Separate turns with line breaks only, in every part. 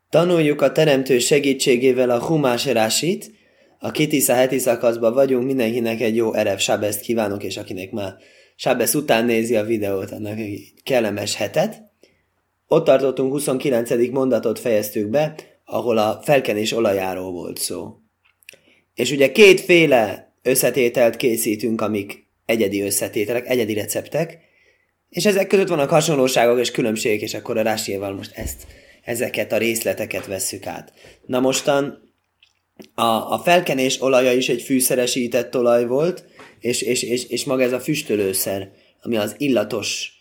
Tanuljuk a Teremtő segítségével a Humás Rásit. A Kitisza heti szakaszban vagyunk, mindenkinek egy jó erev sábeszt kívánok, és akinek már sábesz után nézi a videót, annak egy kellemes hetet. Ott tartottunk, 29. mondatot fejeztük be, ahol a felkenés olajáról volt szó. És ugye kétféle összetételt készítünk, amik egyedi összetételek, egyedi receptek, és ezek között vannak hasonlóságok és különbségek, és akkor a Rásiéval most ezeket a részleteket vesszük át. Na mostan a felkenés olaja is egy fűszeresített olaj volt, és maga ez a füstölőszer, ami az illatos,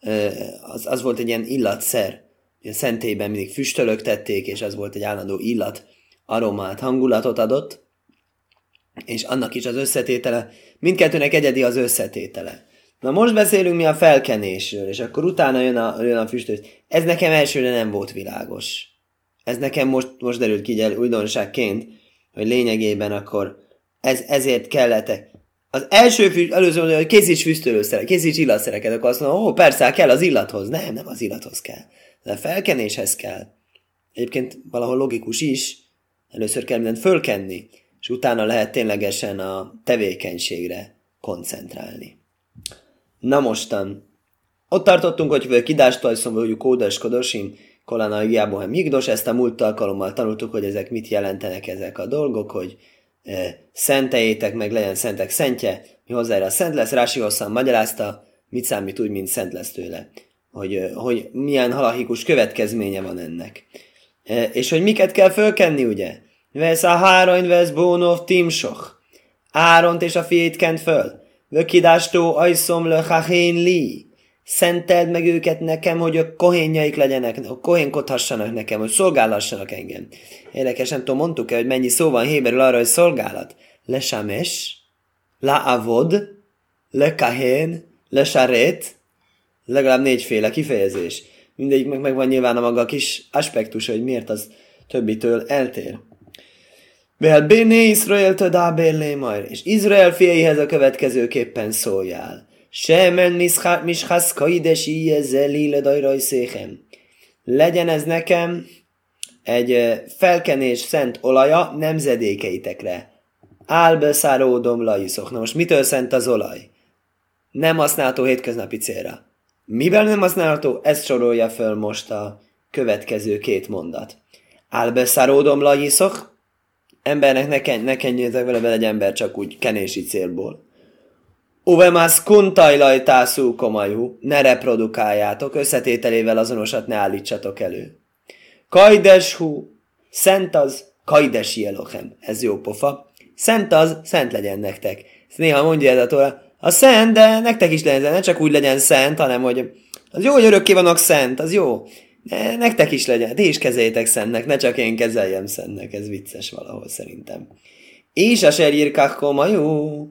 az volt egy ilyen illatszer. A szentélyben mindig füstölögtették, és az volt egy állandó illat, aromát, hangulatot adott, és annak is az összetétele, mindkettőnek egyedi az összetétele. Na most beszélünk mi a felkenésről, és akkor utána jön a füstölőszer. Ez nekem elsőre nem volt világos. Ez nekem most derült ki újdonságként, hogy lényegében akkor ezért kellett. Az előző mondja, hogy készíts füstölőszerek, készíts illatszereket, akkor azt mondom, persze kell az illathoz. Nem az illathoz kell. De a felkenéshez kell. Egyébként valahol logikus is, először kell mindent fölkenni, és utána lehet ténylegesen a tevékenységre koncentrálni. Na mostan, ott tartottunk, hogy kidástajszom, hogy kódes kodosim, kolana igyából migdos, ezt a múlt alkalommal tanultuk, hogy ezek mit jelentenek ezek a dolgok, hogy szenteljétek meg, legyen szentek szentje, mi hozzájára szent lesz. Rási hosszan magyarázta, mit számít úgy, mint szent lesz tőle. Hogy milyen halachikus következménye van ennek. És hogy miket kell fölkenni, ugye? Vesz a háranyt, vesz bónov timsoch. Áront és a fiét kent föl. Vökidástó ajszom le hachén li. Szenteld meg őket nekem, hogy a kohénjaik legyenek, kohénkodhassanak nekem, hogy szolgálhassanak engem. Érdekesen, tudom, mondtuk-e, hogy mennyi szó van héberül arra, hogy szolgálat? Le sames, la avod, le kahén, le saret, legalább 4 kifejezés. Mindegyik meg van nyilván a maga kis aspektus, hogy miért az többitől eltér. Vel béné Izrael tödábér lémajr, és Izrael fiaihez a következőképpen szóljál. Semen mischasz kaidesi jezeli ledajraj széchem. Legyen ez nekem egy felkenés szent olaja nemzedékeitekre. Álbeszáródom laiszok. Na most mitől szent az olaj? Nem használható hétköznapi célra. Mivel nem használható? Ezt sorolja föl most a következő 2 mondat. Álbeszáródom laiszok. Embernek ne kenjétek vele egy ember csak úgy kenési célból. Uvemász kuntajlajtászú komajhú, ne reprodukáljátok, összetételével azonosat ne állítsatok elő. Kajdeshú, szent az, kajdesi elochem, ez jó pofa. Szent az, szent legyen nektek. Ezt néha mondja ez a Tóra, a szent, de nektek is legyen, ne csak úgy legyen szent, hanem hogy az jó, hogy örökké vannak szent, az jó. De nektek is legyen, ti is kezeljétek szentnek, ne csak én kezeljem szentnek, ez vicces valahol szerintem. És a serjirkák komajú.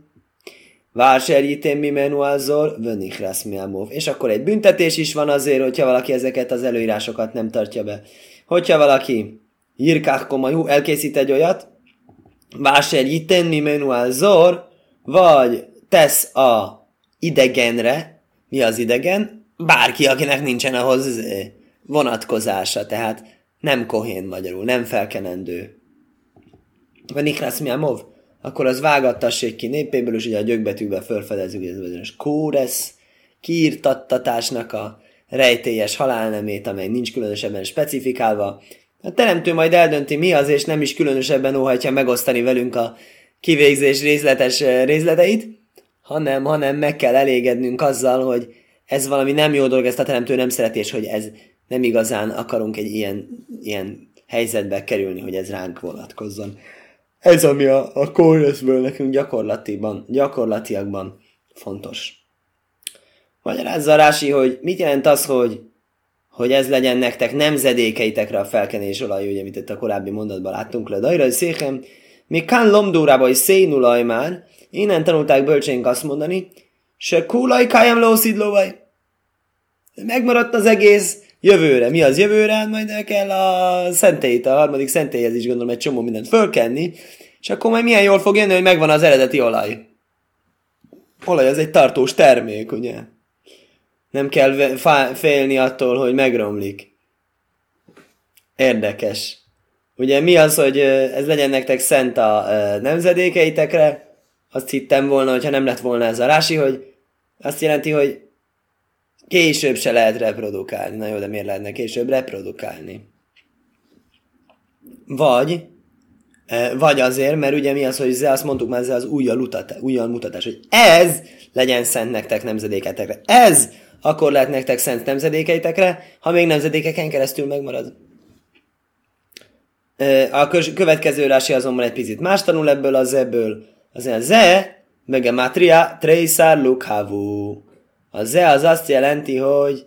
Vásárjítén mi menuázol, vönichrász mi ámóv. És akkor egy büntetés is van azért, hogyha valaki ezeket az előírásokat nem tartja be. Hogyha valaki jirkák komajú, elkészít egy olyat, vásárjítén mi menuázol, vagy tesz a idegenre, mi az idegen? Bárki, akinek nincsen ahhoz vonatkozása, tehát nem kohén magyarul, nem felkenendő. Vönichrász mi ámóv? Akkor az vágattassék ki népéből, és ugye a gyökbetűkben felfedezzük, hogy ez bizonyos kóresz, kiirtattatásnak a rejtélyes halálnemét, amely nincs különösebben specifikálva. A teremtő majd eldönti mi az, és nem is különösebben óhajtja megosztani velünk a kivégzés részletes részleteit, hanem meg kell elégednünk azzal, hogy ez valami nem jó dolog, ezt a teremtő nem szereti, és hogy ez nem igazán akarunk egy ilyen helyzetbe kerülni, hogy ez ránk vonatkozzon. Ez, ami a kóreszből nekünk gyakorlatiakban fontos. Magyarázza Rási, hogy mit jelent az, hogy ez legyen nektek nemzedékeitekre a felkenés olaj, ugye, amit itt a korábbi mondatban láttunk le. Dajraj széchem, még Kán Lomdórába is szénulaj már, innen tanulták bölcsénk azt mondani, se kúlaj kájam lószidlóvaj. Megmaradt az egész jövőre. Mi az jövőre? Hát majd el kell a szentélyt, a 3. szentélyhez is gondolom egy csomó mindent fölkenni, és akkor majd milyen jól fog jönni, hogy megvan az eredeti olaj. Olaj az egy tartós termék, ugye? Nem kell félni attól, hogy megromlik. Érdekes. Ugye mi az, hogy ez legyen nektek szent a nemzedékeitekre? Azt hittem volna, hogyha nem lett volna ez a rási, hogy azt jelenti, hogy később se lehet reprodukálni. Na jó, de miért lehetne később reprodukálni? Vagy azért, mert ugye mi az, hogy azt mondtuk már, ez az újjal mutatás, hogy ez legyen szent nektek nemzedékeitekre. Ez akkor lehet nektek szent nemzedékeitekre, ha még nemzedékeken keresztül megmarad. A következő rási azonban egy picit más tanul ebből az ebből. Azért a ze, meg a matria, treisar lukhavu. A ze az azt jelenti, hogy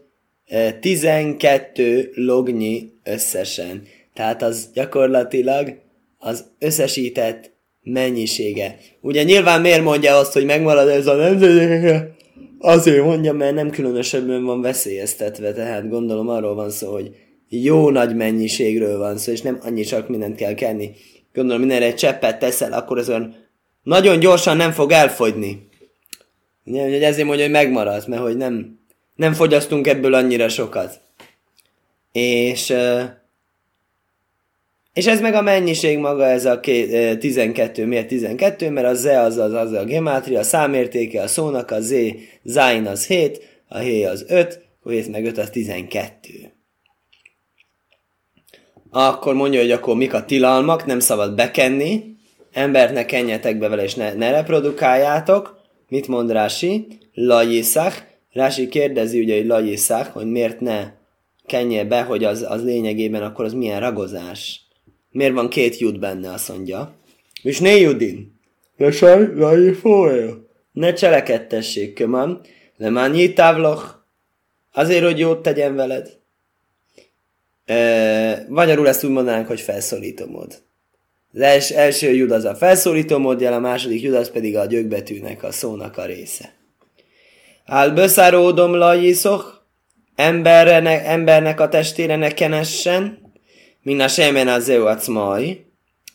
12 lognyi összesen. Tehát az gyakorlatilag az összesített mennyisége. Ugye nyilván miért mondja azt, hogy megmarad ez a nemzedékekre? Azért mondja, mert nem különösebben van veszélyeztetve, tehát gondolom arról van szó, hogy jó nagy mennyiségről van szó, és nem annyi csak mindent kell kenni. Gondolom mindenre egy cseppet teszel, akkor ez olyan nagyon gyorsan nem fog elfogyni. Ugye, ezért mondja, hogy megmarad, mert hogy nem fogyasztunk ebből annyira sokat. És ez meg a mennyiség maga, ez a 12, miért 12? Mert a ze az a gemátria, a számértéke a szónak, a záin az 7, a hé az 5, a 7 meg 5 az 12. Akkor mondja, hogy akkor mik a tilalmak, nem szabad bekenni, embert ne kenjetek be vele, és ne reprodukáljátok. Mit mond Rási? Lajiszach. Rási kérdezi ugye, hogy lajiszach, hogy miért ne kenje be, hogy az lényegében akkor az milyen ragozás. Miért van 2 jud benne, azt mondja. És ne judin. Ne cselekedtessék, kömam. Le mányi távloch. Azért, hogy jót tegyen veled. Magyarul ezt úgy mondanánk, hogy felszólító mód. Az első jud az a felszólító módjel, a második jud az pedig a gyökbetűnek, a szónak a része. Álböszáródom lajiszoch, embernek a testére ne kenessen, min a semen az euacmai,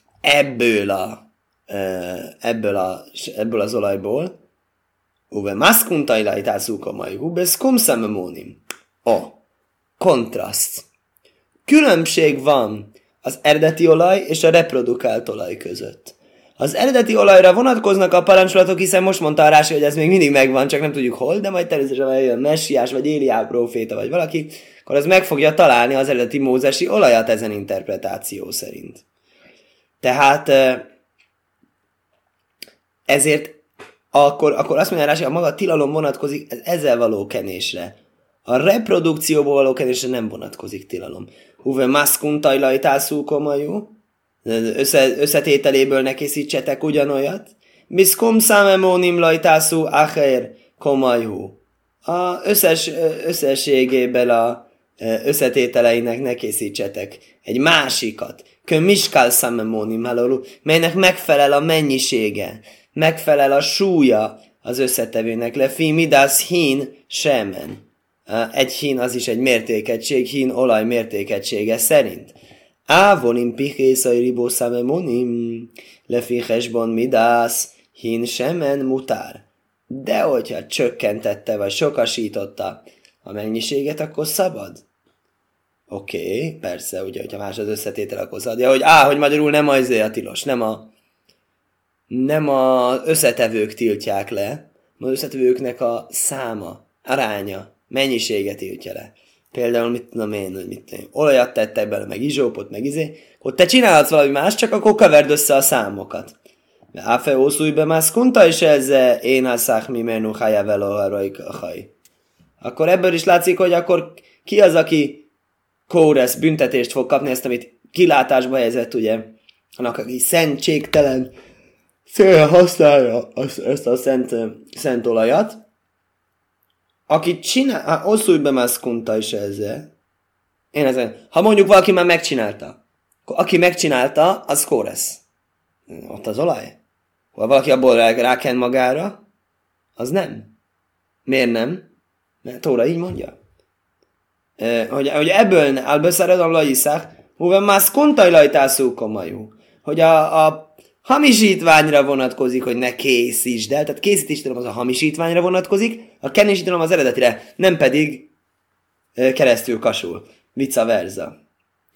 ebből az olajból, uve maszkuntajlai tászúkomai, ube szkomszamemónim. Kontraszt. Különbség van az eredeti olaj és a reprodukált olaj között. Az eredeti olajra vonatkoznak a parancsolatok, hiszen most mondta a Rási, hogy ez még mindig megvan, csak nem tudjuk hol, de majd természetesen eljön Messiás, vagy Éliá próféta, vagy valaki, akkor az meg fogja találni az eredeti mózesi olajat ezen interpretáció szerint. Tehát ezért akkor azt mondja Rási, a maga tilalom vonatkozik ezzel való kenésre. A reprodukcióból való kenésre nem vonatkozik tilalom. Huve maszkuntajlai tászúkomajú, összetételéből ne készítsetek ugyanolyat. Miszkom számemónim lajtászú acher komajú. A összességéből a összetételeinek ne készítsetek egy másikat. Kön miskál számemónim halolú, melynek megfelel a mennyisége, megfelel a súlya az összetevőnek. Lefi midász hín semen. Egy hín az is egy mértékegység, hín olaj mértékegysége szerint. Ávonim pichészai ribószámemonim, lefi hesbon midász, hín semen mutár. De hogyha csökkentette vagy sokasította a mennyiséget, akkor szabad? Oké, persze, ugye, hogyha más az összetétel, akkor szabad. Ja, hogy magyarul nem az a tilos, nem a összetevők tiltják le, az összetevőknek a száma, aránya, mennyiséget tiltja le. Például mit tudom én, olajat tettek bele, meg izsópot, meg akkor te csinálhatsz valami más, csak akkor keverd össze a számokat. Áfe ószúj be mászkunta, és ez én ászák mi menú hája vele akkor ebből is látszik, hogy akkor ki az, aki kóresz büntetést fog kapni, ezt, amit kilátásba helyezett, ugye, annak, aki szentségtelen szépen használja ezt a szent olajat, aki csinál, osszulj be mászkunta is ezzel. Ha mondjuk valaki már megcsinálta, akkor aki megcsinálta, az kóresz. Ott az olaj. Ha valaki abból ráken magára, az nem. Miért nem? Mert Tóra így mondja. Hogy ebből alböszáradom lajiszák, húven mászkuntai lajtászú komajú. Hogy a hamisítványra vonatkozik, hogy ne készítsd el, tehát készítéstilalom az a hamisítványra vonatkozik, a kenésitalom az eredetire, nem pedig keresztül kasul. Vice versa.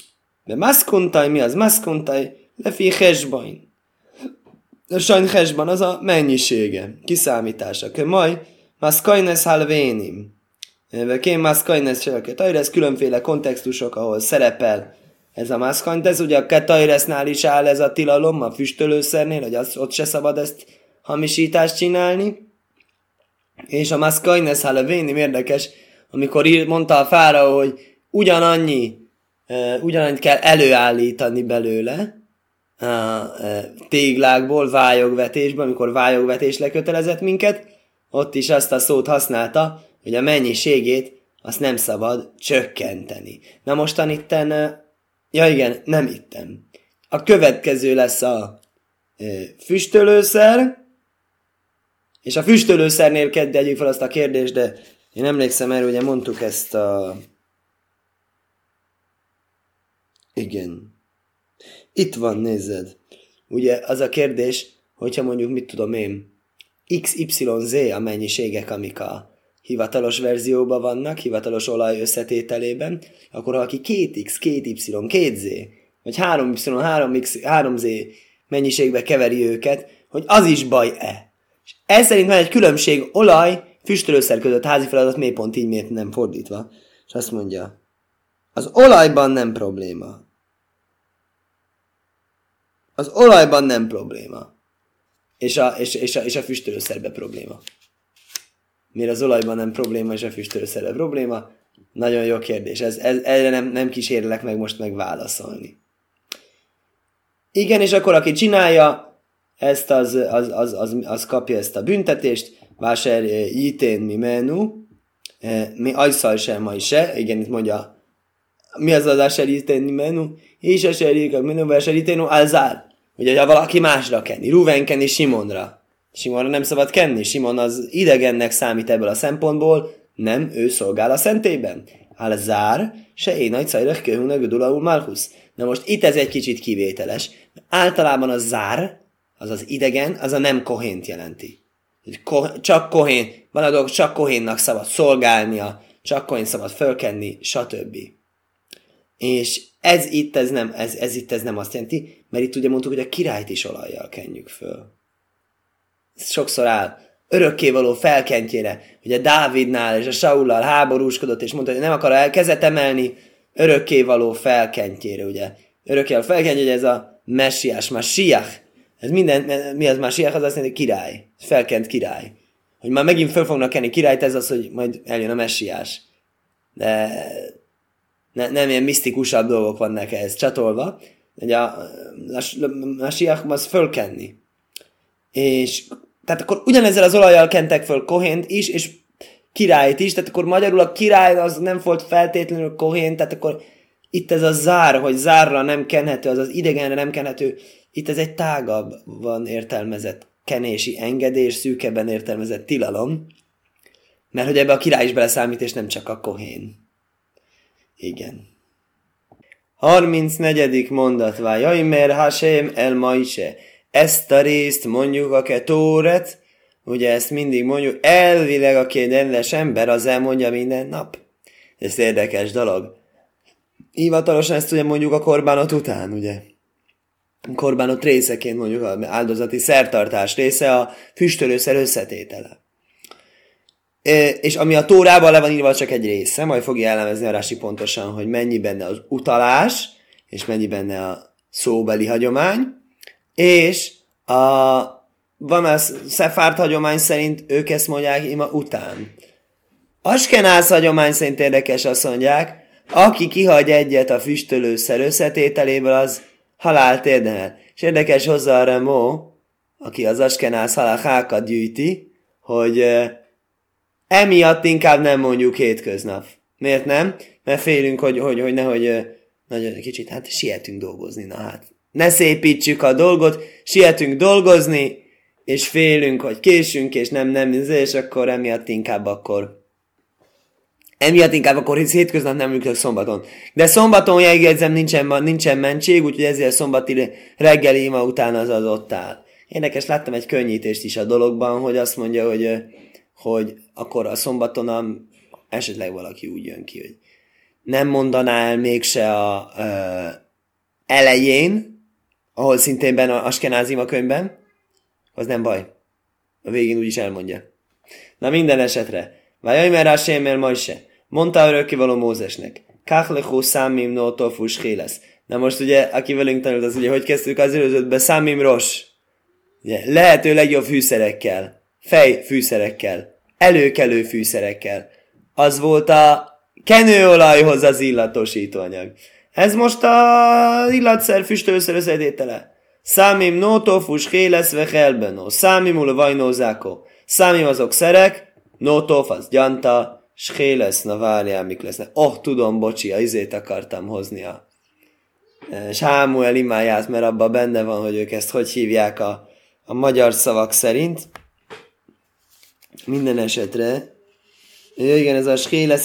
De maszkuntaj, mi az maszkuntaj? Lefi hesbain. A sajn hesban az a mennyisége, kiszámítása. Kömaj, maszkajnesz halvénim. Kém maszkajnesz selke. Ez különféle kontextusok, ahol szerepel ez a maszkajnt. Ez ugye a ketajresznál is áll ez a tilalom, a füstölőszernél, hogy ott se szabad ezt hamisítást csinálni. És a maszkajnesz halvénim érdekes, amikor mondta a fáraó, hogy ugyanannyit kell előállítani belőle a téglákból, vályogvetésből, amikor vályogvetés lekötelezett minket, ott is azt a szót használta, hogy a mennyiségét azt nem szabad csökkenteni. Na mostan itten, nem itten. A következő lesz a füstölőszer, és a füstölőszernél tegyük fel azt a kérdést, de én emlékszem erre, ugye mondtuk ezt a... Igen. Itt van, nézed. Ugye az a kérdés, hogyha mondjuk, mit tudom én, XYZ a mennyiségek, amik a hivatalos verzióban vannak, hivatalos olaj összetételében, akkor ha aki 2X, 2Y, 2Z, vagy 3Y, 3Z mennyiségbe keveri őket, hogy az is baj-e. És ez szerint van egy különbség olaj, füstölőszer között, házi feladat, mélypont így, miért nem fordítva. És azt mondja, az olajban nem probléma. Az olajban nem probléma. És a füstölőszerben probléma. Miért az olajban nem probléma, és a füstölőszerben probléma? Nagyon jó kérdés. Erre nem kísérlek meg most megválaszolni. Igen, és akkor aki csinálja, ezt az kapja ezt a büntetést. Váser jitén mi menu. Mi ajszal sem ma is se. Igen, itt mondja, mi az Asher jitén mi menu? És Asher jitén Asher jitén alzár. Ugye, ha valaki másra kenni, Ruven kenni Simonra. Simonra nem szabad kenni, Simon az idegennek számít ebből a szempontból, nem, ő szolgál a szentében. Alzár, se én nagy szajrach köhünek gödulaul malchusz. Na most itt ez egy kicsit kivételes. Általában a zár, az az idegen, az a nem kohént jelenti. Csak kohén, van a dolog, csak kohénnak szabad szolgálnia, csak kohén szabad fölkenni, stb. És ez itt nem azt jelenti, mert itt ugye mondtuk, hogy a királyt is olajjal kenjük föl. Ez sokszor áll. Örökkévaló felkentjére, ugye Dávidnál és a Saullal háborúskodott, és mondta, hogy nem akar kezet emelni, örökkévaló felkentjére, ugye. Örökkévaló felkentjére, hogy ez a messiás, masiach. Ez minden, mi az masiach? Az azt jelenti, király. Felkent király. Hogy már megint föl fognak kenni királyt, ez az, hogy majd eljön a messiás. De nem ilyen misztikusabb dolgok vannak ehhez csatolva. Ugye a masiach az fölkenni. És tehát akkor ugyanezzel az olajjal kentek föl kohént is, és királyt is, tehát akkor magyarul a király az nem volt feltétlenül kohén, tehát akkor itt ez a zár, hogy zárra nem kenhető, az idegenre nem kenhető, itt ez egy tágabban értelmezett kenési engedés, szűkebben értelmezett tilalom, mert hogy ebbe a király is beleszámít, és nem csak a kohén. Igen. 34. mondatvá. Jaimer Hashem el Maise. Ezt a részt mondjuk a ketóret, ugye ezt mindig mondjuk, elvileg a rendes ember az elmondja minden nap. Ez érdekes dolog. Hivatalosan ezt ugye mondjuk a korbánot után, ugye. A korbánot részeként mondjuk az áldozati szertartás része a füstölőszer összetétele. És ami a Tórában le van írva, csak egy része, majd fogja elemezni a Rási pontosan, hogy mennyi benne az utalás, és mennyi benne a szóbeli hagyomány, és van a szefárd hagyomány szerint ők ezt mondják ima után. Askenász hagyomány szerint érdekes, azt mondják, aki kihagy egyet a füstölőszer összetételéből, az halált érdemel. És érdekes hozzá a Remó, aki az askenász halachákat gyűjti, hogy emiatt inkább nem mondjuk hétköznap. Miért nem? Mert félünk, hogy nehogy nagyon kicsit, hát sietünk dolgozni, na hát. Ne szépítsük a dolgot, sietünk dolgozni, és félünk, hogy késünk, és nem, és akkor emiatt inkább akkor hétköznap nem működik szombaton. De szombaton jegyzem nincsen mentség, úgyhogy ezért szombati reggeli ima után az ott áll. Érdekes, láttam egy könnyítést is a dologban, hogy azt mondja, hogy akkor a szombaton esetleg valaki úgy jön ki, hogy nem mondaná el mégse elején, ahol szintén benne a Askenázima könyvben, az nem baj. A végén úgyis elmondja. Na minden esetre. Vajajmer Hashem Mojse. Mondta örökkévaló Mózesnek. Kachlechó számim nótofus héles. Na most ugye, aki velünk tanult, az ugye, hogy kezdtük az előzőtbe, számim ros. Ugye, lehető legjobb fűszerekkel. Fejfűszerekkel. Előkelő fűszerekkel. Az volt a kenőolajhoz az illatosítóanyag. Ez most a illatszer füstölőszer összetétele. Számim nótofus héles ve helbenó. Számimul vajnózákó. Számim azok szerek, nótof az gyanta, s héles, na várjál, mik lesznek. Tudom, bocsi, a izét akartam hozni a Sámuel imáját, mert abban benne van, hogy ők ezt hogy hívják a magyar szavak szerint. Minden esetre, igen, ez a Schélesz,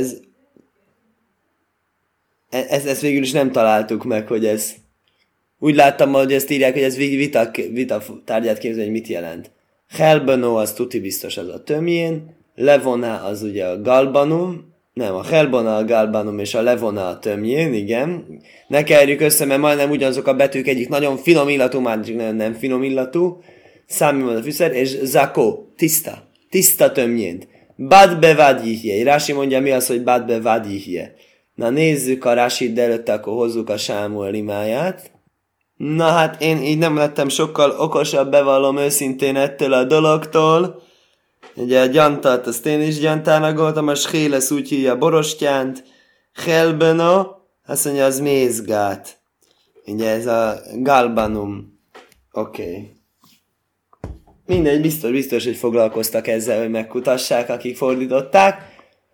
ezt végül is nem találtuk meg, hogy ez. Úgy láttam, hogy ezt írják, hogy ez vita tárgyát képzelni, hogy mit jelent. Helbenó az tuti biztos az a tömjén, Levoná az ugye a galbanum, nem, a Helbona a galbanum és a Levona a tömjén, igen. Ne kerjük össze, mert majdnem ugyanazok a betűk, egyik nagyon finom illatú, másik nagyon nem finom illatú. Számim a fűszer, és Zakó, tiszta tömjént. Bad bevadjihje. Rási mondja, mi az, hogy bad bevadjihje. Na nézzük a Rásit, de előtte akkor hozzuk a Sámuel imáját. Na hát én így nem lettem sokkal okosabb, bevallom őszintén ettől a dologtól. Ugye a gyantat, azt én is gyantának voltam, a Schélesz úgy hívja borostyánt. Helbeno, azt mondja, az mézgát. Ugye ez a galbanum. Oké. Mindegy, biztos, hogy foglalkoztak ezzel, hogy megkutassák, akik fordították.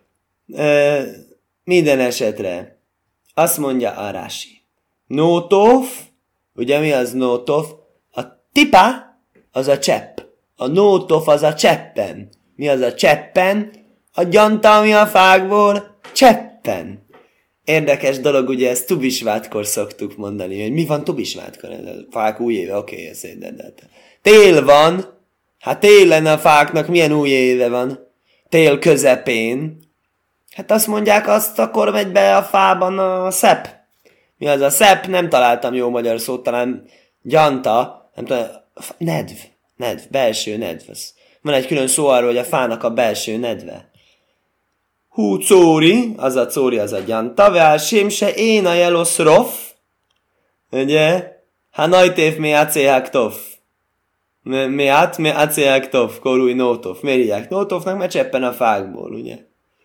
Minden esetre. Azt mondja a Rási. Nótof, ugye mi az nótof? A tipa, az a csepp. A nótof az a cseppen. Mi az a cseppen? A gyanta, ami a fákból cseppen. Érdekes dolog, ugye ezt Tubisvátkor szoktuk mondani, hogy mi van Tubisvátkor? A fák új éve, oké, ez tél van. Hát télen a fáknak milyen új éve van? Tél közepén. Hát azt mondják, azt akkor megy be a fában a szepp. Mi az a szepp? Nem találtam jó magyar szót, talán gyanta, nem tudom, nedv, belső nedv. Van egy külön szó arról, hogy a fának a belső nedve. Hú, córi, az a gyanta, veál sémse én a jelosz rof, ugye? Ha najtév mi acéhák tof. Mi acéhák tof, korúj nótof. Miért hívják nótofnak? Mert cseppen a fákból, ugye?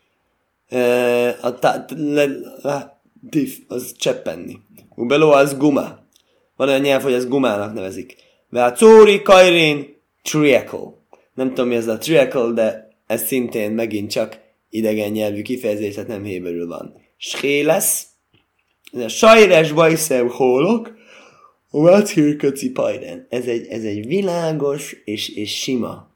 Az cseppenni. Ubeló az guma. Van olyan nyelv, hogy ez gumának nevezik. Veál córi, kajrén, triekol. Nem tudom, mi ez a triekol, de ez szintén megint csak idegen nyelvű kifejezés, tehát nem héberül van. Schélesz, ez a sajres bajszev hólok, Váthirkaci pajden. Ez egy világos és sima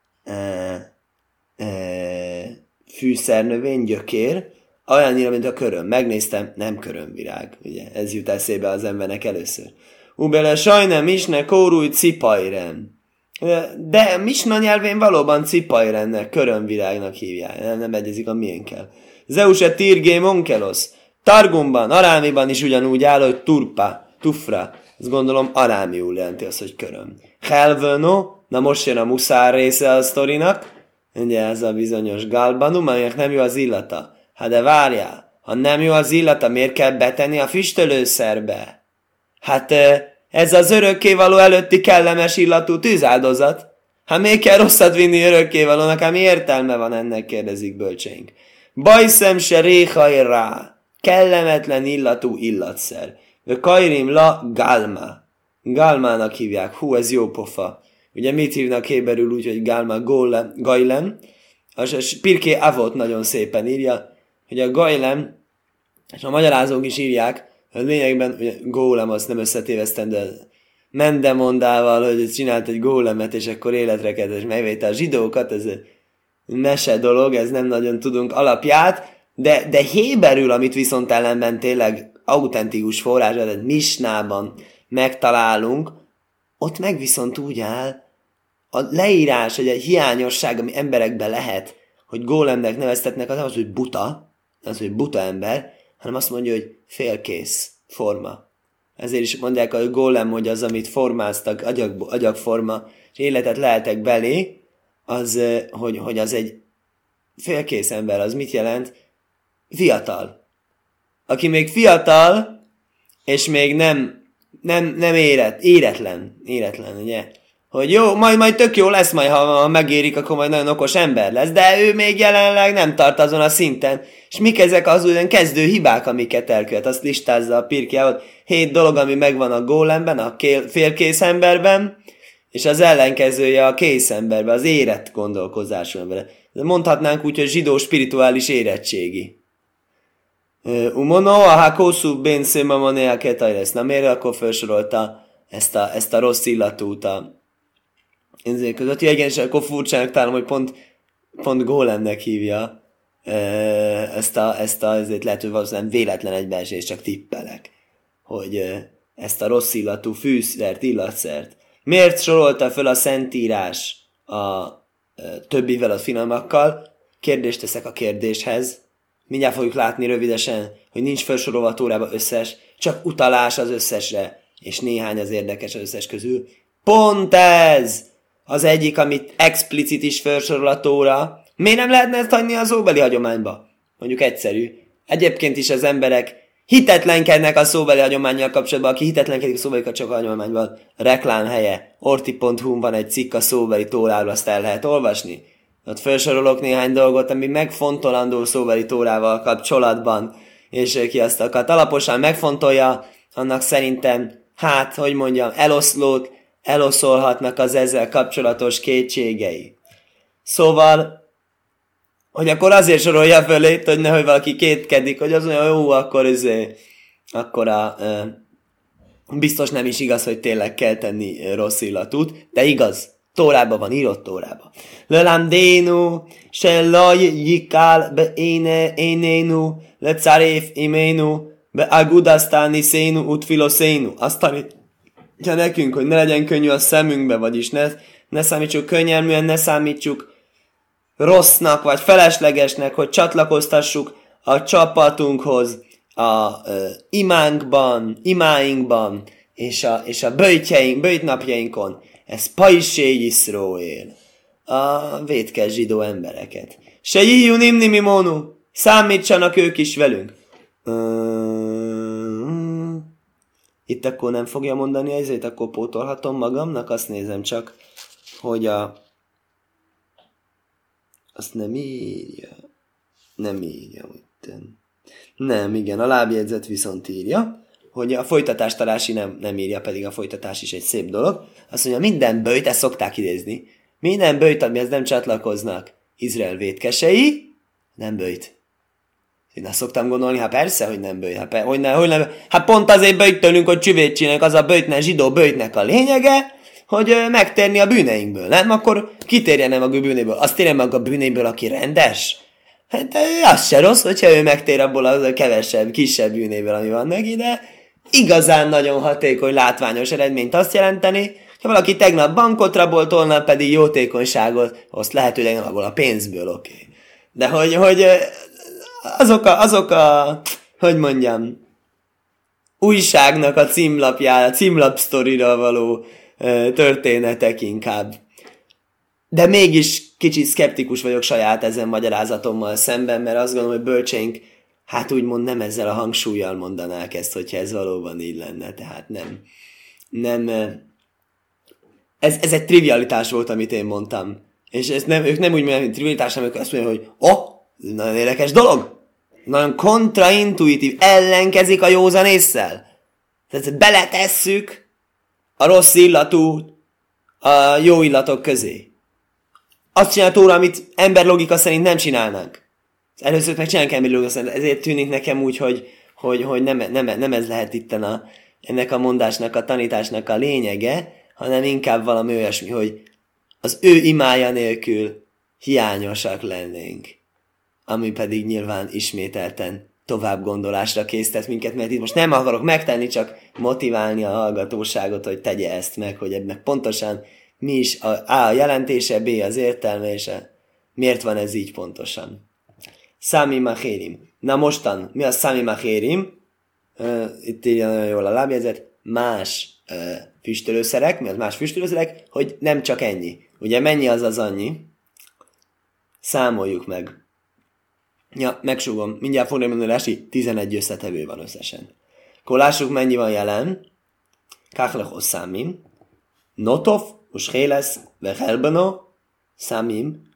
fűszernövény, gyökér, olyannyira, mint a köröm. Megnéztem, nem körömvirág. Ugye, ez jut eszébe az embernek először. Ubele sajna misne kórúj cipajren. De misna nyelvén valóban cipajrennek, körömvirágnak hívják. Nem egyezik a miénkkel. Zeuse tirgé monkelosz. Targumban, arámiban is ugyanúgy áll, hogy tufra. Azt gondolom arámiul jelenti az, hogy köröm. Helvöno, na most jön a muszár része a sztorinak. Ugye ez a bizonyos galbanum, aminek nem jó az illata. Hát de várjál, ha nem jó az illata, miért kell betenni a füstölőszerbe? Hát ez az örökkévaló előtti kellemes illatú tűzáldozat. Hát miért kell rosszat vinni örökkévalónak, hát mi értelme van ennek, kérdezik bölcseink. Bajszem se réhaj rá, kellemetlen illatú illatszer. Kajrim la galma. Galmának hívják. Hú, ez jó pofa. Ugye mit hívnak héberül úgy, hogy galma gajlem? A Pirké Avot nagyon szépen írja, hogy a gajlem, és a magyarázók is írják, hogy lényegben, ugye gólem, azt nem összetévesztem, de Mendemondával, hogy csinált egy gólemet, és akkor életre kezdett, és megvédte a zsidókat, ez mese dolog, ez nem nagyon tudunk alapját, de héberül, amit viszont ellenben tényleg autentikus forrás, tehát Misnában megtalálunk, ott meg viszont úgy áll, a leírás, hogy egy hiányosság, ami emberekben lehet, hogy gólemnek neveztetnek, az nem az, hogy buta, az, hogy buta ember, hanem azt mondja, hogy félkész forma. ezért is mondják, hogy gólem, hogy az, amit formáztak, agyagforma, és életet lehetek belé, az, hogy az egy félkész ember. Az mit jelent? Fiatal. Aki még fiatal, és még nem éretlen, ugye? Hogy jó, majd tök jó lesz, majd ha megérik, akkor majd nagyon okos ember lesz, de ő még jelenleg nem tart azon a szinten. És mik ezek az olyan kezdő hibák, amiket elkövet? Azt listázza a Pirkei, 7 dolog, ami megvan a gólemben, a félkész emberben, és az ellenkezője a kész emberben, az érett gondolkozású emberben. Mondhatnánk úgy, hogy zsidó spirituális érettségi. Umono, a hakosu ben szémamonea ketajresz. Na miért akkor felsorolta ezt a rossz illatút a között? Ja, igen, és akkor furcsának találom, hogy pont gólemnek hívja ezért lehet, hogy valószínűleg véletlen egybeesés, csak tippelek, hogy ezt a rossz illatú fűszert, illatszert. Miért sorolta föl a Szentírás a többivel, a finalmakkal? Kérdést teszek a kérdéshez. Mindjárt fogjuk látni rövidesen, hogy nincs felsorolva a Tórában összes, csak utalás az összesre, és néhány az érdekes az összes közül. Pont ez! Az egyik, amit explicit is felsorol a Tóra. Miért nem lehetne ezt hagyni az óbeli hagyományba? Mondjuk egyszerű. Egyébként is az emberek hitetlenkednek a szóbeli hagyománnyal kapcsolatban. Aki hitetlenkedik a szóbeli hagyományban, reklámhelye. Orti.hu-n van egy cikk a szóbeli Tóráról, azt el lehet olvasni. Ott felsorolok néhány dolgot, ami megfontolandó szóbeli Tórával kapcsolatban, és ki azt akart alaposan megfontolja, annak szerintem, eloszolhatnak az ezzel kapcsolatos kétségei. Szóval, hogy akkor azért sorolja fölé, hogy nehogy valaki kétkedik, hogy az olyan jó, akkor biztos nem is igaz, hogy tényleg kell tenni rossz illatút, de igaz. Tórában van, írott Tórában. Lelamdénu, se laj jikál be énénu, le caréf iménu, be agudasztáni szénu utfiloszénu. Azt tanítja nekünk, hogy ne legyen könnyű a szemünkbe, vagyis ne számítsuk könnyelműen, ne számítsuk rossznak vagy feleslegesnek, hogy csatlakoztassuk a csapatunkhoz a imáinkban és a böjtnapjainkon. Ez Paisé Yiszróél, a vétkes zsidó embereket. Se jíjú nimnimi mónu, számítsanak ők is velünk. Itt akkor nem fogja mondani ezért, akkor pótolhatom magamnak, azt nézem csak, hogy azt nem írja. Nem, igen, a lábjegyzet viszont írja, hogy a folytatást a Rási nem írja, pedig a folytatás is egy szép dolog. Azt mondja, minden böjt, ezt szokták idézni, minden böjt, amihez nem csatlakoznak Izrael vétkesei, nem böjt. Én azt szoktam gondolni, hát persze, hogy nem böjt. Hogy nem. Hát pont azért böjtölünk, hogy csüvét csinálunk, az a böjtnek, zsidó böjtnek a lényege, hogy megtérni a bűneinkből, nem? Akkor kitérjen nem a bűnéből? Azt térjen meg a bűnéből, aki rendes? Hát az se rossz, hogyha ő megtér abból a kisebb bűnéből, ami van neki, de igazán nagyon hatékony, látványos eredményt azt jelenteni, ha valaki tegnap bankot rabolt, holnap pedig jótékonyságot, azt lehetőleg nem abból a pénzből, oké. De hogy azok a, hogy mondjam, újságnak a címlapjára, címlapsztorira való történetek inkább. De mégis kicsit szkeptikus vagyok saját ezen magyarázatommal szemben, mert azt gondolom, hogy bölcseink hát úgymond nem ezzel a hangsúlyjal mondanák ezt, hogyha ez valóban így lenne. Tehát nem ez egy trivialitás volt, amit én mondtam. És ők nem úgy mondják, hogy trivialitás, hanem ők azt mondják, hogy ez nagyon érdekes dolog. Nagyon kontraintuitív, ellenkezik a józan ésszel. Tehát beletesszük a rossz illatú a jó illatok közé. Azt csinál Tóra, amit emberlogika szerint nem csinálnánk. Először megcsinálunk emberlogika szerint. Ezért tűnik nekem úgy, hogy nem ez lehet itt ennek a mondásnak, a tanításnak a lényege, hanem inkább valami olyasmi, hogy az ő imája nélkül hiányosak lennénk. Ami pedig nyilván ismételten tovább gondolásra késztet minket, mert itt most nem akarok megtenni, csak motiválni a hallgatóságot, hogy tegye ezt meg, hogy ebben pontosan mi is a jelentése, B az értelme, és miért van ez így pontosan. Számi Machérim. Na mostan, mi a Számi Machérim? itt írja nagyon jól a lábjegyzet, más füstölőszerek, mi az más füstölőszerek, hogy nem csak ennyi. Ugye mennyi az annyi? Számoljuk meg. Ja, megsúgom. Mindjárt fogom mondani, Rási, 11 összetevő van összesen. Akkor lássuk, mennyi van jelen. Kachlechos számim. Notov, uschéles, vechelbeno, számim,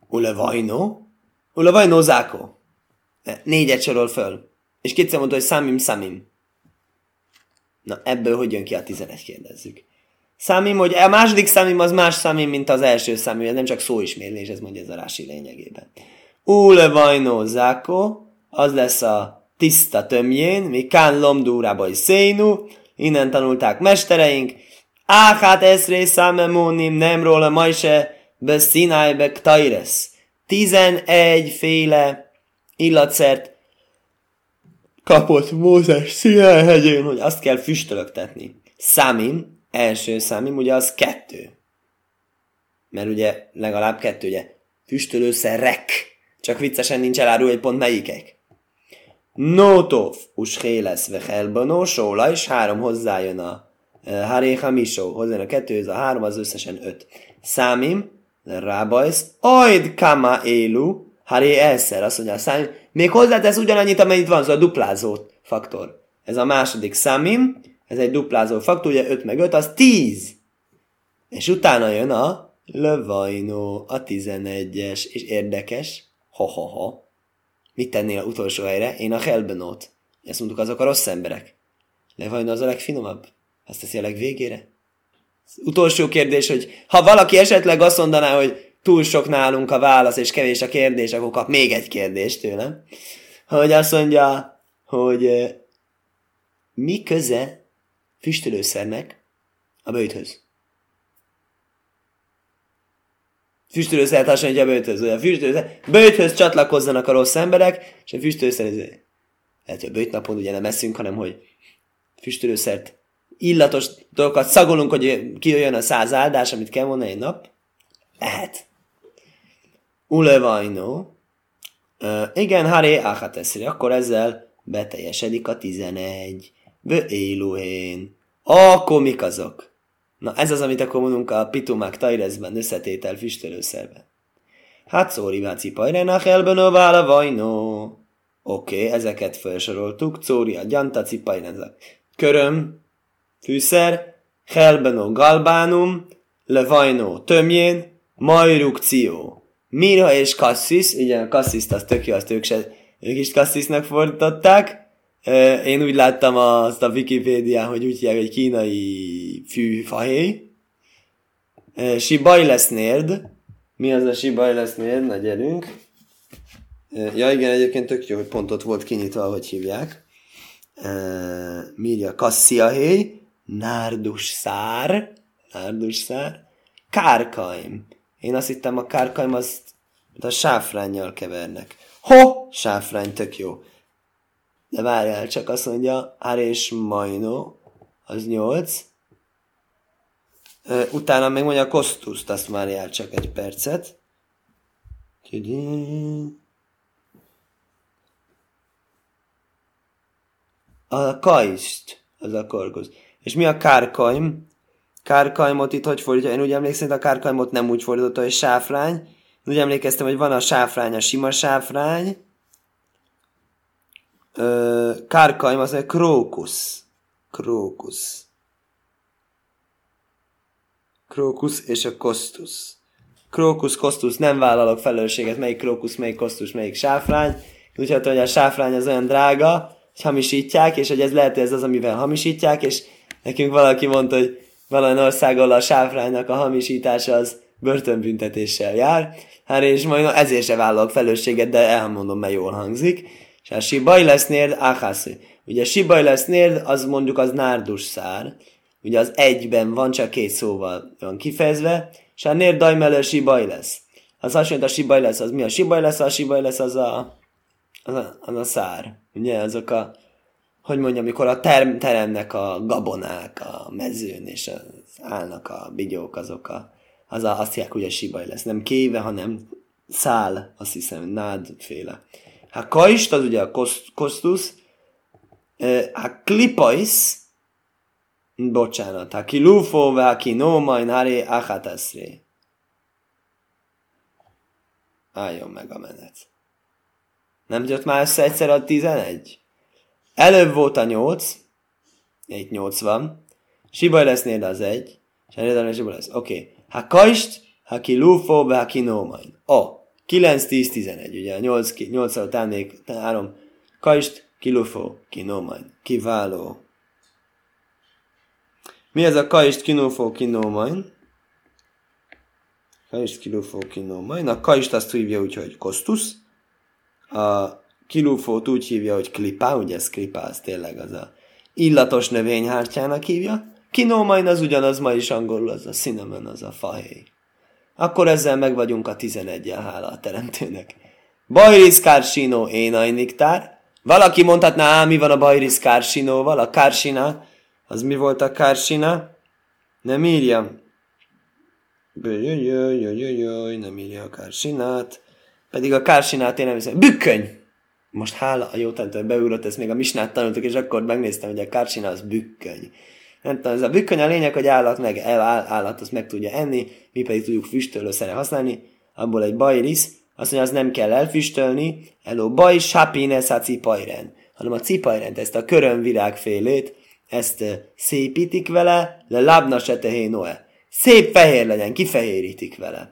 ulevajno záko. 4-et sorol föl. És kétszer mondta, hogy számim. Na, ebből hogy jön ki a 11, kérdezzük. Számim, hogy a második számim az más számim, mint az első számim. Ez nem csak szóismérlés, ez mondja ez a Rási lényegében. Ulevajno záko, az lesz a tiszta tömjén, mi kán lomdúrába is szénu, innen tanulták mestereink. Áhát eszré számemónim nem róla majse be színáj be ktajresz. 11 féle illatszert kapott Mózes Színáj hegyén, hogy azt kell füstölöktetni. Számim, első számim, ugye az 2. Mert ugye legalább 2, ugye füstölőszerek. Csak viccesen nincs elárul, hogy pont melyikek. Nótov, uschéles vechelbanó, sóla, és 3 hozzájön a haréha misó, hozzájön a 2, ez a 3, az összesen 5. Számim, rábajsz, ajd kama élu, haré elszer, azt mondja a számim, még hozzátesz ugyanannyit, amennyit van, szóval a duplázó faktor. Ez a második számim, ez egy duplázó faktor, ugye 5 meg 5, az 10. És utána jön a levajnó, a 11-es, és érdekes, ha. Mit tennél a utolsó helyre? Én a helbenót. Ezt mondtuk, azok a rossz emberek. Levajnó az a legfinomabb. Azt teszi a legvégére. Az utolsó kérdés, hogy ha valaki esetleg azt mondaná, hogy túl sok nálunk a válasz, és kevés a kérdés, akkor kap még egy kérdést tőlem. Hogy azt mondja, hogy mi köze füstölőszernek a böjthöz? Füstölőszert hasonlítja a böjthöz. A böjthöz csatlakozzanak a rossz emberek, és a füstölőszer, lehet, hogy a böjtnapon ugye nem eszünk, hanem hogy füstölőszert, illatos dolgokat szagolunk, hogy kijöjjön a 100 áldás, amit kell mondani egy nap. Lehet. Ulevajnó. Igen, haré áhateszri. Akkor ezzel beteljesedik a 11. Éluhén. Akkor mik azok? Na ez az, amit akkor mondunk a pitumák tajrezben, összetétel füstölőszerben. Hát szóri váci pajrának elbenő vála vajnó. Oké, ezeket felsoroltuk. Szóri a gyanta cipajrenzak. Köröm, fűszer, helbenó galbánum, levajnó tömjén, majrukció. Mirha és kasszis, ugye a kassziszt az tök jó, azt ők is kasszisnak fordították. Én úgy láttam azt a Wikipédián, hogy úgy hívják, hogy kínai fűfahéj. Sibaj lesz nérd. Mi az a sibaj lesz nérd? Na gyerünk. Ja igen, egyébként tök jó, hogy pont ott volt kinyitva, ahogy hívják. Mirja kassziahéj. Nárdus szár. Kárkaim. Én azt hittem, a kárkaim azt a sáfránnyal kevernek. Sáfrány tök jó. De várjál, csak azt mondja, árés majnó, az 8. Utána még mondja a kosztuszt, azt várjál csak egy percet. A kajst, az a korgusz. És mi a kárkaim? Kárkaimot itt hogy fordítja? Én úgy emlékszem, hogy a kárkaimot nem úgy fordította, hogy sáfrány. Úgy emlékeztem, hogy van a sáfrány, a sima sáfrány. Kárkaim, az egy krókusz. Krókusz és a kosztusz. Krókusz, kosztusz, nem vállalok felelősséget, melyik krókusz, melyik kosztusz, melyik sáfrány. Úgy hát, hogy a sáfrány az olyan drága, hogy hamisítják, és hogy ez lehet, hogy ez az, amivel hamisítják, és nekünk valaki mondta, hogy valami országgal a sáfránynak a hamisítása az börtönbüntetéssel jár. Hát és majd ezért se vállalok felelősséget, de elmondom, mert jól hangzik. És a sibaj lesz nérd, áhásző. Ugye sibaj lesz nérd, az mondjuk az nárdus szár. Ugye az egyben van, csak 2 szóval van kifejezve. És a nérd dajmelő sibaj lesz. Az hasonlít a sibaj lesz, az mi a sibaj lesz? A sibaj lesz az a szár. Ugye azok a, hogy mondjam, amikor a teremnek a gabonák a mezőn, és állnak a bigyók, azok azt hívják, hogy a sibaj lesz. Nem kéve, hanem szál, azt hiszem, nádféle. Hát kajst, az ugye a kosztusz, A klipais, bocsánat, a kilufo, ve a kinómain, haré, achataszré. Álljon meg a menet. Nem jött már össze egyszer a 11? Előbb volt a 8, itt 8 van, sibaj lesz nél az 1, és ennél sibaj lesz. Oké. Ha kajst, ha kilufo, ve ha kinómain. 9, 10, 11, ugye 8 után még 3. Kajst, kilufo, kinómain. Kiváló. Mi ez a kajst, kilufo, kinómain? Kajst, kilufo, kinómain. A kajst azt hívja úgy, hogy kosztusz. A kilufót úgy hívja, hogy klipá, ugye ez klipá, az tényleg az a illatos növényhártyának hívja. Kinómain az ugyanaz, ma is angolul az a cinnamon, az a fahéj. Akkor ezzel meg vagyunk a 11-jel, hála a teremtőnek. Bajris kársino énajniktár. Valaki mondhatná, mi van a bajris kársinóval, a kársina. Az mi volt a kársina? Nem írja. Nem írja a kársinát. Pedig a kársinát én nem hiszem. Bükköny! Most hála a jó tanító, beugrott, ezt még a misnát tanultuk, és akkor megnéztem, hogy a kársina az bükköny. Nem tudom, ez a bükköny a lényeg, hogy állat azt meg tudja enni, mi pedig tudjuk füstölőszerre használni, abból egy bajris, azt mondja, az nem kell elfüstölni, eló baj, sapines a cipajren, hanem a cipajrent, ezt a körömvirágfélét, ezt szépítik vele, le lábna se tehé noe. Szép fehér legyen, kifehérítik vele.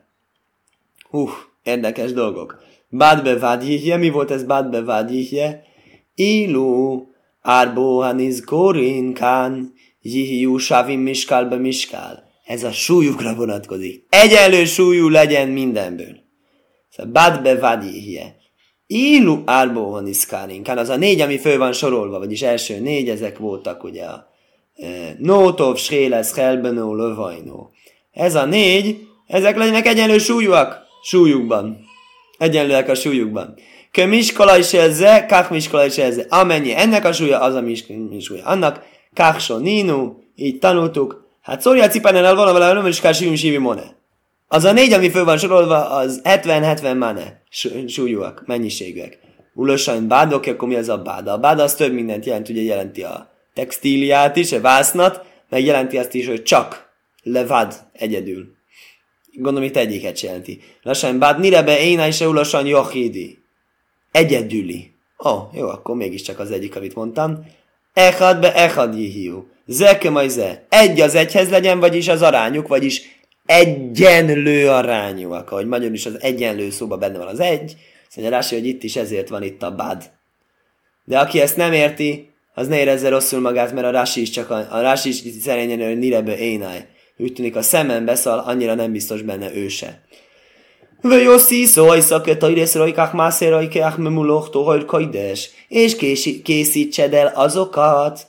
Érdekes dolgok. Bádbe vádjihje, mi volt ez bádbe vádjihje? Ilu, árbóhaniz korinkán, jihiú savim miskálbe miskál. Ez a súlyukra vonatkozik. Egyenlő súlyú legyen mindenből. Szóval bádbe vádjihje. Ilu, árbóhaniz korinkán. Az a 4, ami föl van sorolva, vagyis első 4, ezek voltak ugye a nótov, sréles, helbenó, lövajnó. Ez a 4, ezek legyenek egyenlő súlyukban. Egyenlőek a súlyukban. Kö miskolaj selze, kach miskolaj selze. Amennyi ennek a súlya, az a súlya. Annak kachso ninu, így tanultuk. Hát szórja cipánál valamivel nem is kell sívi mone. Az a 4, ami föl van sorolva, az 70-70 mane súlyúak, mennyiségűek. Ulosan bádok, akkor mi az a báda? A báda az több mindent jelent, ugye jelenti a textíliát is, a vásznat, meg jelenti azt is, hogy csak levad egyedül. Gondolom, itt egyiket jelenti. Lassan bád nirebe éna is ulasan jochidi. Egyedüli. Jó, akkor mégiscsak az egyik, amit mondtam. Echad be echad jihiu. Zeke majd ze. Egy az egyhez legyen, vagyis az arányuk, vagyis egyenlő arányúak. Ahogy magyarul is az egyenlő szóban benne van az egy. Szóval Rási, hogy itt is ezért van itt a bád. De aki ezt nem érti, az ne érezze rosszul magát, mert a Rási is szerényen, hogy nirebe énáj. Úgy tűnik a szemen beszal, annyira nem biztos benne ő se. Vöjoszi szó, szakött a irészrajkák mászérajkák memuloch tohajr kajdes, és készítsed el azokat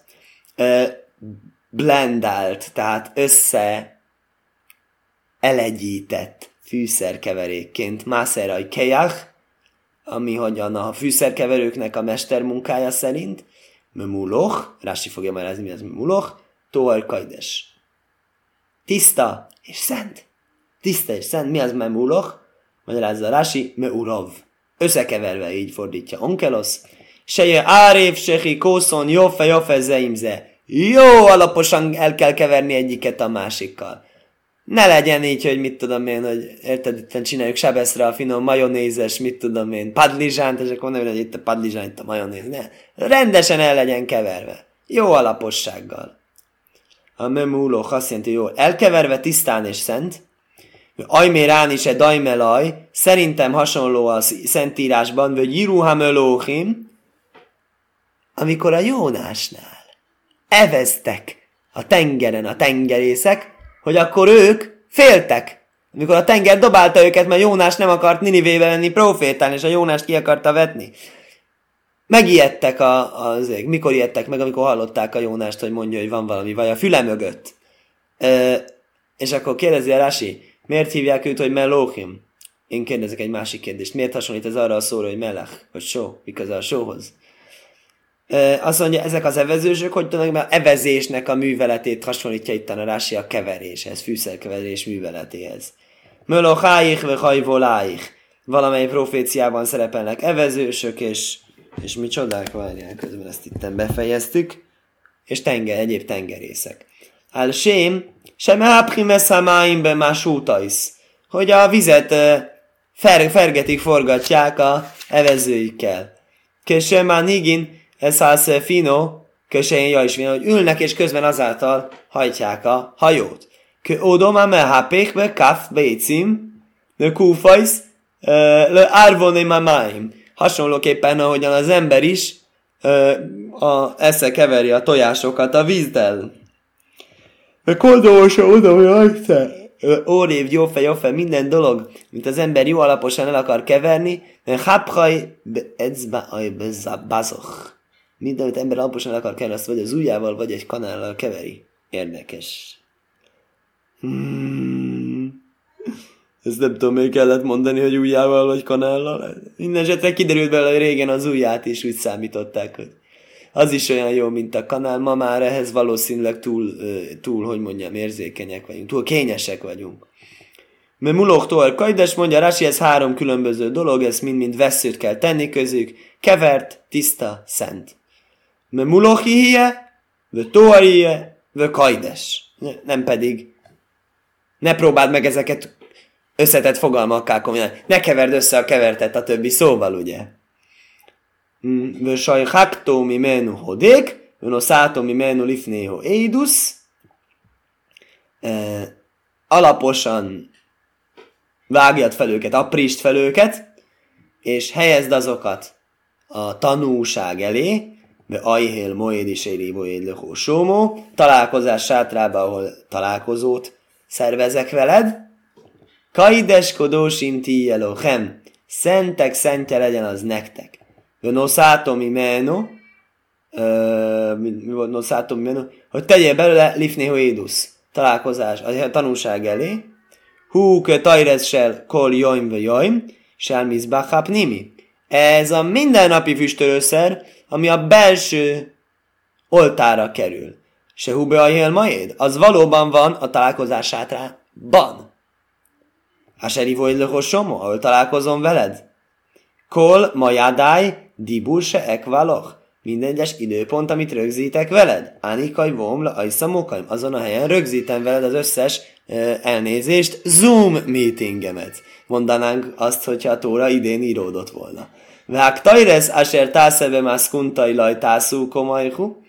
blendált, tehát elegyített fűszerkeverékként mászérajkejach, ami hogyan a fűszerkeverőknek a mestermunkája szerint, memuloch, Rási fogja magyarázni, mi az memuloch, tohajr kajdes. Tiszta és szent. Tiszta és szent. Mi az memuloch? Magyarázza Rási, meurav. Összekeverve így fordítja Onkelosz. Seje árév, sehi, kószon, jófe, zeimze. Jó alaposan el kell keverni egyiket a másikkal. Ne legyen így, hogy mit tudom én, hogy érted, itt csináljuk sebeszre a finom majonézes, mit tudom én, padlizsánt, és akkor mondom, hogy itt a padlizsán, itt a majonéz. Ne. Rendesen el legyen keverve. Jó alapossággal. A memúlók azt jelenti, hogy jól elkeverve, tisztán és szent. Ajmérán is egy dajmelaj, szerintem hasonló a szentírásban, vagy Jiruham Elohim, amikor a Jónásnál eveztek a tengeren a tengerészek, hogy akkor ők féltek. Amikor a tenger dobálta őket, mert Jónás nem akart Ninivébe menni profétálni, és a Jónást ki akarta vetni. Megijedtek mikor ijedtek meg, amikor hallották a Jónást, hogy mondja, hogy van valami vaj a füle mögött. És akkor kérdezi a Rási, miért hívják őt, hogy Melohim? Én kérdezek egy másik kérdést. Miért hasonlít ez arra a szóra, hogy melech, vagy só, mikor a sóhoz? Azt mondja, ezek az evezősök, hogy tudnak, mert evezésnek a műveletét hasonlítja itt a Rási a keveréshez, fűszerkeverés műveletéhez. Melocháich, vagy hajvoláich. Valamely proféciában szerepelnek evezősök, és És mi csodák, várják, közben ezt itt befejeztük. És egyéb tengerészek. Al sém, sem áprimesz hamáimbe más útais. Hogy a vizet fergetik, forgatják a evezőikkel. Kösem nigin, ez az fino, kösén ja is vino, hogy ülnek és közben azáltal hajtják a hajót. Kö odoma me hapékbe kaf bécim, le kúfajsz, le árvoni mamáim. Hasonlóképpen, ahogyan az ember is keveri a tojásokat a vízzel. Koldósa oda, hogy ajta. Órév, jófe, minden dolog, mint az ember jó alaposan el akar keverni, háphaj bazoch. Mindenütt ember alaposan el akar keverni, azt vagy az ujjával, vagy egy kanállal keveri. Érdekes. Ezt nem tudom, még kellett mondani, hogy ujjával vagy kanállal. Mindenesetre kiderült belőle, hogy régen az ujját is úgy számították, hogy az is olyan jó, mint a kanál. Ma már ehhez valószínűleg túl hogy mondjam, érzékenyek vagyunk, túl kényesek vagyunk. Mert mulochtól kajdes mondja, Rasi, ez 3 különböző dolog, ezt mind vesszőt kell tenni közük, kevert, tiszta, szent. Mert mulochihie, vagy toharihie, vagy kajdes. Nem pedig. Ne próbáld meg ezeket összetett fogalmakká kombinálni. Ne keverd össze a kevertet a többi szóval, ugye? Vösaj haktó mi menu hodék, vönoszátó mi menu lifného éidusz. Alaposan vágjad fel őket, aprítsd fel őket, és helyezd azokat a tanúság elé, ve ajhél moéd is éri moéd lökó sómó, találkozás sátrába, ahol találkozót szervezek veled. Kaideskodósim ti Elohem, szentek szentje legyen az nektek. Noszátom imeno, mi volt noszátom imeno? Hogy tegyél belőle lifného édusz, találkozás, a tanulság elé. Hú, tajressel kol joim ve joim, selmizbachap nimi. Ez a mindennapi füstölőszer, ami a belső oltára kerül. Se húbe ajél maéd, az valóban van a találkozás sátrában. Haseri vagy löhosomo, ahol találkozom veled? Kol majádáj, dibur se ekvaloch. Minden egyes időpont, amit rögzítek veled. Ánikaj, vomla, ajszamokaim. Azon a helyen rögzítem veled az összes elnézést, Zoom meetingemet. Mondanánk azt, hogyha a Tóra idén íródott volna. Vák tajresz, aser tászebe mász kuntai laj tászú komajhu.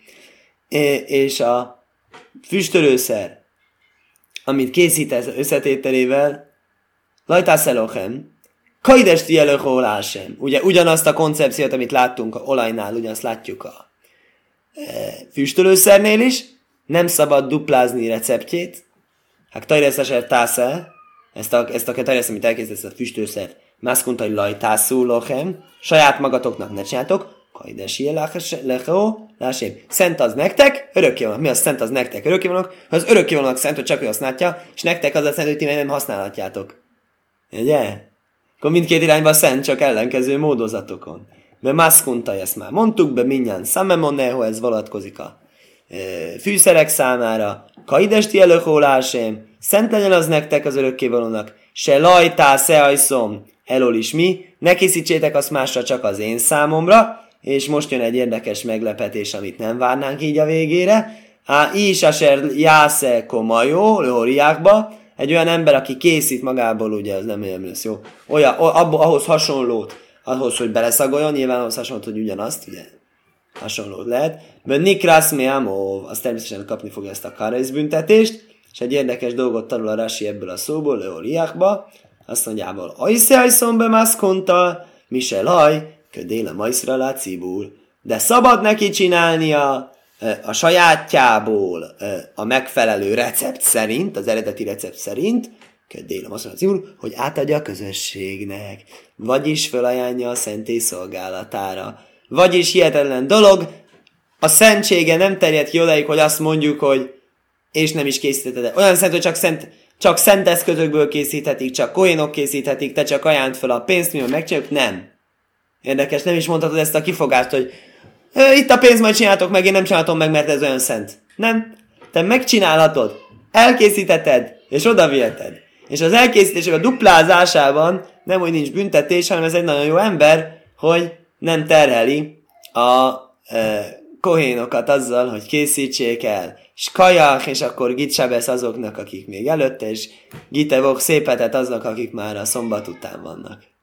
És a füstölőszer, amit készítesz összetételével, lajtász elochem, kaidesti előhólásem. Ugye ugyanazt a koncepciót, amit láttunk a olajnál, ugyanazt látjuk a füstölőszernél is, nem szabad duplázni receptjét. Hát tajreszteser tásze, ezt a tajresz, amit elkészítesz a füstölőszert, mászkuntai lajtászú lochem, saját magatoknak ne csináltok, kaidesi lechó, lásém. Szent az nektek, örökké vannak. Mi az szent az nektek? Örökké vannak? Az örökké vannak szent, hogy csak ő használja, és nektek az a szent, hogy ti nem használhatjátok. Ugye? Akkor mindkét irányban szent, csak ellenkező módozatokon. Be mászkuntai, ezt már mondtuk, be mindjárt szamemoneho, ez vonatkozik a fűszerek számára. Kaidesti előhólásém, szent legyen az nektek az örökkévalónak. Se lajtá, se ajszom, elol is mi, ne készítsétek azt másra, csak az én számomra, és most jön egy érdekes meglepetés, amit nem várnánk így a végére. Is aser jásze komajó, lóriákba, egy olyan ember, aki készít magából, ugye, ez nem lesz jó, olyan, ahhoz hasonlót, ahhoz, hogy beleszagoljon, nyilván ahhoz hasonlót, hogy ugyanazt, ugye, hasonlót lehet. Mert Nikrász Meamov, az természetesen kapni fogja ezt a karész büntetést, és egy érdekes dolgot tanul a Rasi ebből a szóból, Leoriákba, azt mondjából, ajsze ajszom be mászkonta, mi se laj, ködél a majszra lácibul, de szabad neki csinálnia a sajátjából a megfelelő recept szerint, az eredeti recept szerint, ködél a majszra lácibul, hogy átadja a közösségnek, vagyis felajánlja a szentély szolgálatára. Vagyis hihetetlen dolog, a szentsége nem terjed ki odaig, hogy azt mondjuk, hogy és nem is készítheted. Olyan szent, hogy csak szent eszközökből készíthetik, csak kohénok készíthetik, te csak ajánd fel a pénzt, mi megcsináljuk? Nem. Érdekes, nem is mondhatod ezt a kifogást, hogy itt a pénz, majd csináltok meg, én nem csinálhatom meg, mert ez olyan szent. Nem. Te megcsinálhatod, elkészítheted, és odaviheted. És az elkészítések a duplázásában nem, hogy nincs büntetés, hanem ez egy nagyon jó ember, hogy nem terheli a kohénokat azzal, hogy készítsék el skajach, és akkor git sebesz azoknak, akik még előtte, és gitevok szépetet azok, akik már a szombat után vannak.